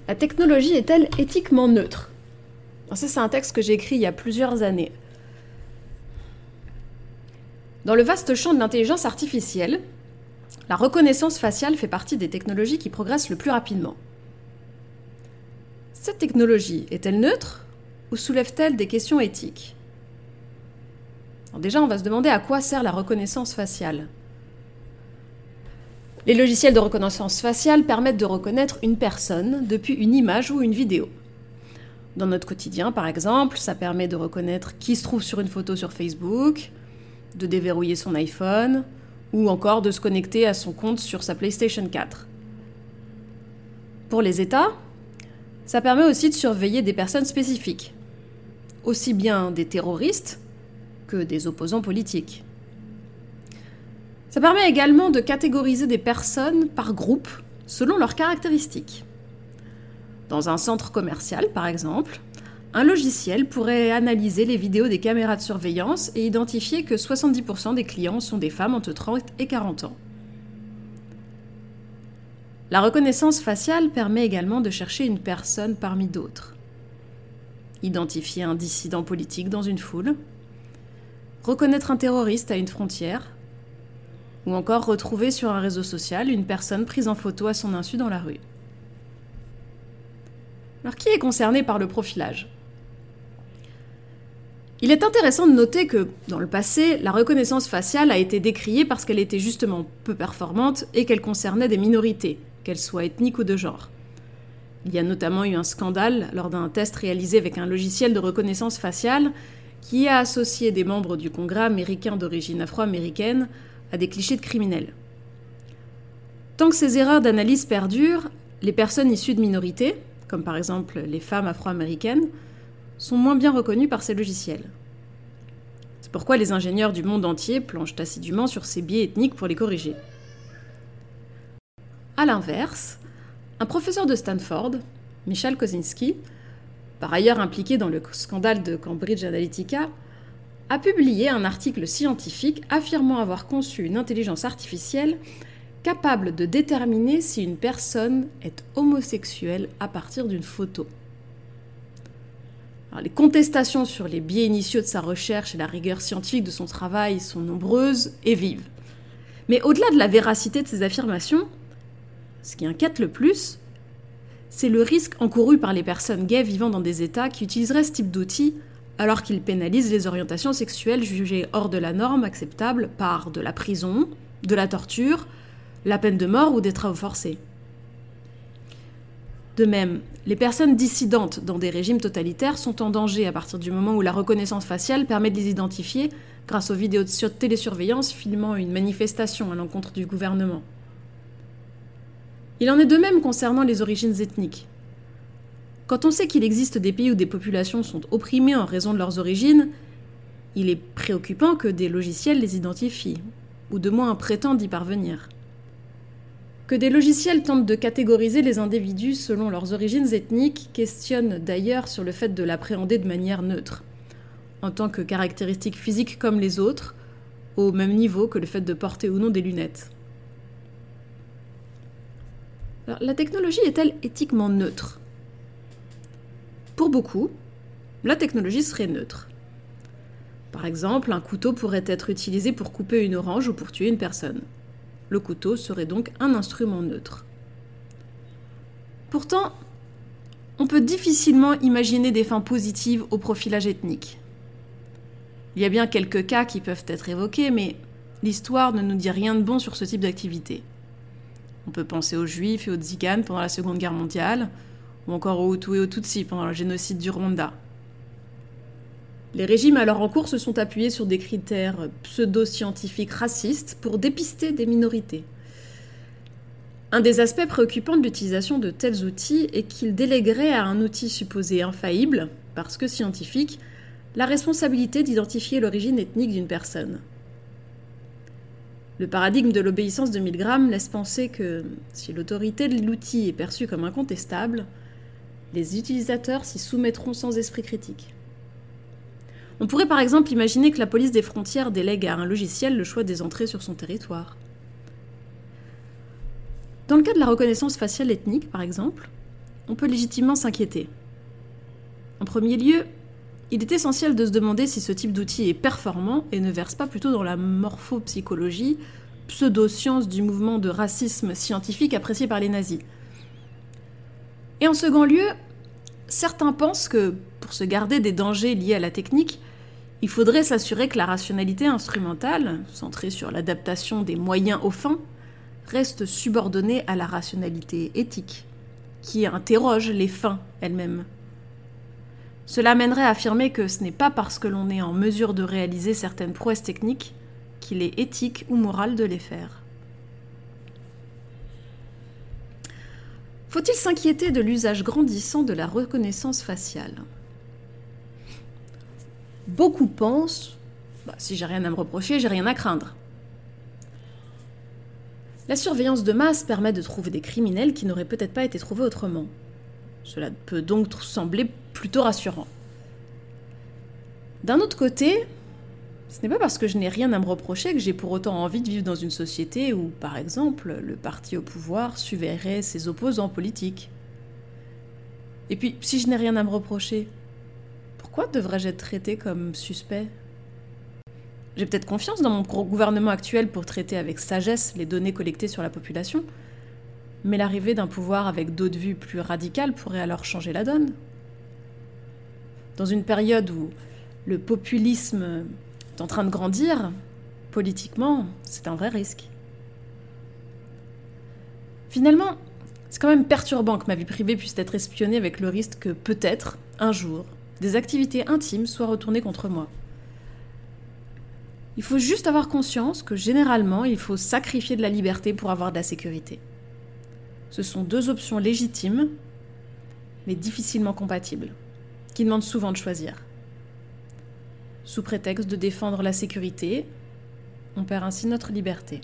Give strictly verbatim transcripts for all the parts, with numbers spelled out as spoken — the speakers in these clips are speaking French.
La technologie est-elle éthiquement neutre? Alors ça, c'est un texte que j'ai écrit il y a plusieurs années. Dans le vaste champ de l'intelligence artificielle, la reconnaissance faciale fait partie des technologies qui progressent le plus rapidement. Cette technologie est-elle neutre ou soulève-t-elle des questions éthiques? Alors déjà, on va se demander à quoi sert la reconnaissance faciale. Les logiciels de reconnaissance faciale permettent de reconnaître une personne depuis une image ou une vidéo. Dans notre quotidien, par exemple, ça permet de reconnaître qui se trouve sur une photo sur Facebook, de déverrouiller son iPhone, ou encore de se connecter à son compte sur sa PlayStation quatre. Pour les États, ça permet aussi de surveiller des personnes spécifiques, aussi bien des terroristes que des opposants politiques. Ça permet également de catégoriser des personnes par groupe selon leurs caractéristiques. Dans un centre commercial, par exemple, un logiciel pourrait analyser les vidéos des caméras de surveillance et identifier que soixante-dix pour cent des clients sont des femmes entre trente et quarante ans. La reconnaissance faciale permet également de chercher une personne parmi d'autres. Identifier un dissident politique dans une foule, reconnaître un terroriste à une frontière, ou encore retrouver sur un réseau social une personne prise en photo à son insu dans la rue. Alors, qui est concerné par le profilage ? Il est intéressant de noter que, dans le passé, la reconnaissance faciale a été décriée parce qu'elle était justement peu performante et qu'elle concernait des minorités, qu'elles soient ethniques ou de genre. Il y a notamment eu un scandale lors d'un test réalisé avec un logiciel de reconnaissance faciale qui a associé des membres du Congrès américain d'origine afro-américaine à des clichés de criminels. Tant que ces erreurs d'analyse perdurent, les personnes issues de minorités, comme par exemple les femmes afro-américaines, sont moins bien reconnues par ces logiciels. C'est pourquoi les ingénieurs du monde entier planchent assidûment sur ces biais ethniques pour les corriger. A l'inverse, un professeur de Stanford, Michal Kosinski, par ailleurs impliqué dans le scandale de Cambridge Analytica, a publié un article scientifique affirmant avoir conçu une intelligence artificielle capable de déterminer si une personne est homosexuelle à partir d'une photo. Alors, les contestations sur les biais initiaux de sa recherche et la rigueur scientifique de son travail sont nombreuses et vives. Mais au-delà de la véracité de ces affirmations, ce qui inquiète le plus, c'est le risque encouru par les personnes gays vivant dans des États qui utiliseraient ce type d'outils alors qu'ils pénalisent les orientations sexuelles jugées hors de la norme acceptable par de la prison, de la torture, la peine de mort ou des travaux forcés. De même, les personnes dissidentes dans des régimes totalitaires sont en danger à partir du moment où la reconnaissance faciale permet de les identifier grâce aux vidéos de télésurveillance filmant une manifestation à l'encontre du gouvernement. Il en est de même concernant les origines ethniques. Quand on sait qu'il existe des pays où des populations sont opprimées en raison de leurs origines, il est préoccupant que des logiciels les identifient, ou de moins prétendent y parvenir. Que des logiciels tentent de catégoriser les individus selon leurs origines ethniques questionne d'ailleurs sur le fait de l'appréhender de manière neutre, en tant que caractéristique physique comme les autres, au même niveau que le fait de porter ou non des lunettes. Alors, la technologie est-elle éthiquement neutre ? Pour beaucoup, la technologie serait neutre. Par exemple, un couteau pourrait être utilisé pour couper une orange ou pour tuer une personne. Le couteau serait donc un instrument neutre. Pourtant, on peut difficilement imaginer des fins positives au profilage ethnique. Il y a bien quelques cas qui peuvent être évoqués, mais l'histoire ne nous dit rien de bon sur ce type d'activité. On peut penser aux Juifs et aux Tziganes pendant la Seconde Guerre mondiale, ou encore aux Hutus et aux Tutsis pendant le génocide du Rwanda. Les régimes alors en cours se sont appuyés sur des critères pseudo-scientifiques racistes pour dépister des minorités. Un des aspects préoccupants de l'utilisation de tels outils est qu'ils délégueraient à un outil supposé infaillible, parce que scientifique, la responsabilité d'identifier l'origine ethnique d'une personne. Le paradigme de l'obéissance de Milgram laisse penser que, si l'autorité de l'outil est perçue comme incontestable, les utilisateurs s'y soumettront sans esprit critique. On pourrait par exemple imaginer que la police des frontières délègue à un logiciel le choix des entrées sur son territoire. Dans le cas de la reconnaissance faciale ethnique, par exemple, on peut légitimement s'inquiéter. En premier lieu, il est essentiel de se demander si ce type d'outil est performant et ne verse pas plutôt dans la morphopsychologie, pseudo-science du mouvement de racisme scientifique apprécié par les nazis. Et en second lieu, certains pensent que, pour se garder des dangers liés à la technique, il faudrait s'assurer que la rationalité instrumentale, centrée sur l'adaptation des moyens aux fins, reste subordonnée à la rationalité éthique, qui interroge les fins elles-mêmes. Cela mènerait à affirmer que ce n'est pas parce que l'on est en mesure de réaliser certaines prouesses techniques qu'il est éthique ou moral de les faire. Faut-il s'inquiéter de l'usage grandissant de la reconnaissance faciale ? Beaucoup pensent bah, « si j'ai rien à me reprocher, j'ai rien à craindre ». La surveillance de masse permet de trouver des criminels qui n'auraient peut-être pas été trouvés autrement. Cela peut donc sembler plutôt rassurant. D'un autre côté, ce n'est pas parce que je n'ai rien à me reprocher que j'ai pour autant envie de vivre dans une société où, par exemple, le parti au pouvoir surveillerait ses opposants politiques. Et puis, si je n'ai rien à me reprocher, pourquoi devrais-je être traité comme suspect ? J'ai peut-être confiance dans mon gouvernement actuel pour traiter avec sagesse les données collectées sur la population, mais l'arrivée d'un pouvoir avec d'autres vues plus radicales pourrait alors changer la donne. Dans une période où le populisme est en train de grandir, politiquement, c'est un vrai risque. Finalement, c'est quand même perturbant que ma vie privée puisse être espionnée avec le risque que peut-être, un jour, des activités intimes soient retournées contre moi. Il faut juste avoir conscience que généralement, il faut sacrifier de la liberté pour avoir de la sécurité. Ce sont deux options légitimes, mais difficilement compatibles, qui demandent souvent de choisir. Sous prétexte de défendre la sécurité, on perd ainsi notre liberté.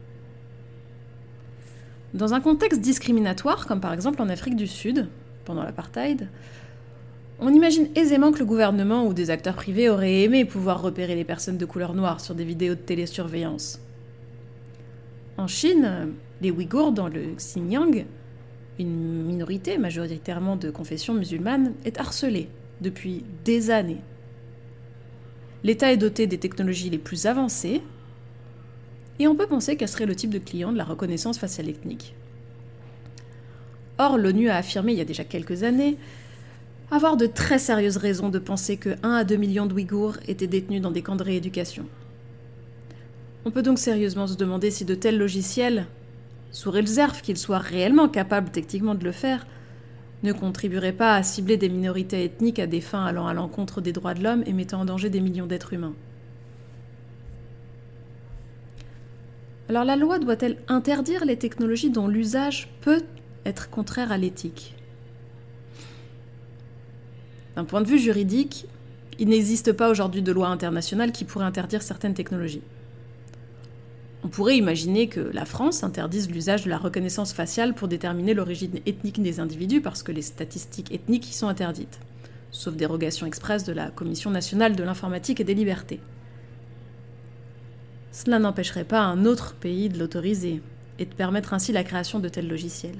Dans un contexte discriminatoire, comme par exemple en Afrique du Sud, pendant l'apartheid, on imagine aisément que le gouvernement ou des acteurs privés auraient aimé pouvoir repérer les personnes de couleur noire sur des vidéos de télésurveillance. En Chine, les Ouïghours dans le Xinjiang, une minorité majoritairement de confession musulmane, est harcelée depuis des années. L'État est doté des technologies les plus avancées et on peut penser qu'elle serait le type de client de la reconnaissance faciale ethnique. Or, l'ONU a affirmé il y a déjà quelques années avoir de très sérieuses raisons de penser que un à deux millions de Ouïghours étaient détenus dans des camps de rééducation. On peut donc sérieusement se demander si de tels logiciels, sous réserve qu'ils soient réellement capables techniquement de le faire, ne contribueraient pas à cibler des minorités ethniques à des fins allant à l'encontre des droits de l'homme et mettant en danger des millions d'êtres humains. Alors la loi doit-elle interdire les technologies dont l'usage peut être contraire à l'éthique ? D'un point de vue juridique, il n'existe pas aujourd'hui de loi internationale qui pourrait interdire certaines technologies. On pourrait imaginer que la France interdise l'usage de la reconnaissance faciale pour déterminer l'origine ethnique des individus parce que les statistiques ethniques y sont interdites, sauf dérogation expresse de la Commission nationale de l'informatique et des libertés. Cela n'empêcherait pas un autre pays de l'autoriser et de permettre ainsi la création de tels logiciels.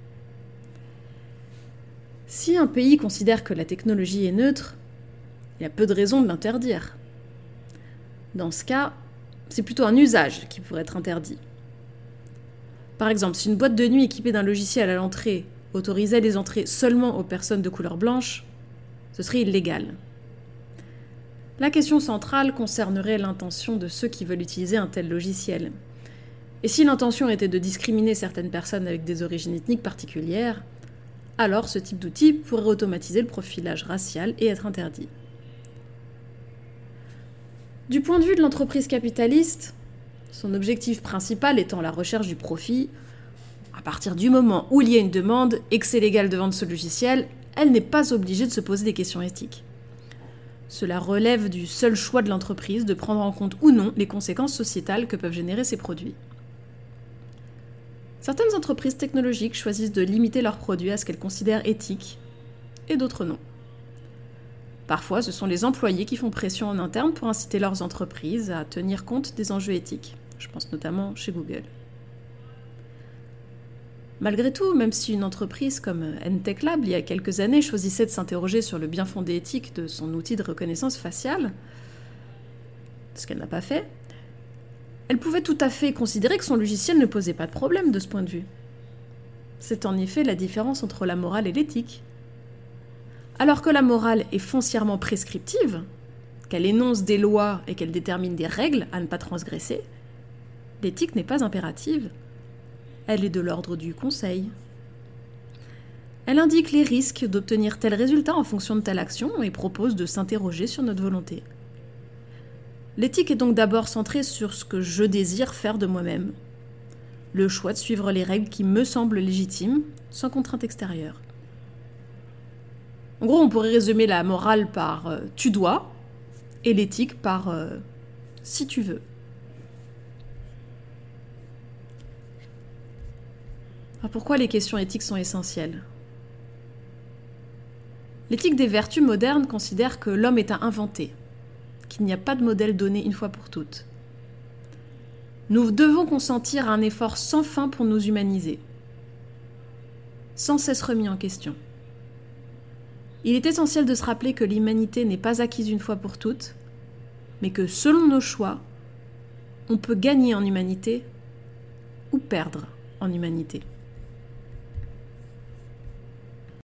Si un pays considère que la technologie est neutre, il y a peu de raisons de l'interdire. Dans ce cas, c'est plutôt un usage qui pourrait être interdit. Par exemple, si une boîte de nuit équipée d'un logiciel à l'entrée autorisait les entrées seulement aux personnes de couleur blanche, ce serait illégal. La question centrale concernerait l'intention de ceux qui veulent utiliser un tel logiciel. Et si l'intention était de discriminer certaines personnes avec des origines ethniques particulières, alors ce type d'outil pourrait automatiser le profilage racial et être interdit. Du point de vue de l'entreprise capitaliste, son objectif principal étant la recherche du profit, à partir du moment où il y a une demande et que c'est légal de vendre ce logiciel, elle n'est pas obligée de se poser des questions éthiques. Cela relève du seul choix de l'entreprise de prendre en compte ou non les conséquences sociétales que peuvent générer ces produits. Certaines entreprises technologiques choisissent de limiter leurs produits à ce qu'elles considèrent éthique, et d'autres non. Parfois, ce sont les employés qui font pression en interne pour inciter leurs entreprises à tenir compte des enjeux éthiques. Je pense notamment chez Google. Malgré tout, même si une entreprise comme N-Tech Lab, il y a quelques années, choisissait de s'interroger sur le bien-fondé éthique de son outil de reconnaissance faciale, ce qu'elle n'a pas fait, elle pouvait tout à fait considérer que son logiciel ne posait pas de problème de ce point de vue. C'est en effet la différence entre la morale et l'éthique. Alors que la morale est foncièrement prescriptive, qu'elle énonce des lois et qu'elle détermine des règles à ne pas transgresser, l'éthique n'est pas impérative. Elle est de l'ordre du conseil. Elle indique les risques d'obtenir tel résultat en fonction de telle action et propose de s'interroger sur notre volonté. L'éthique est donc d'abord centrée sur ce que je désire faire de moi-même. Le choix de suivre les règles qui me semblent légitimes, sans contrainte extérieure. En gros, on pourrait résumer la morale par euh, « tu dois » et l'éthique par euh, « si tu veux ». Alors pourquoi les questions éthiques sont essentielles ? L'éthique des vertus modernes considère que l'homme est à inventer, qu'il n'y a pas de modèle donné une fois pour toutes. Nous devons consentir à un effort sans fin pour nous humaniser, sans cesse remis en question. Il est essentiel de se rappeler que l'humanité n'est pas acquise une fois pour toutes, mais que selon nos choix, on peut gagner en humanité ou perdre en humanité.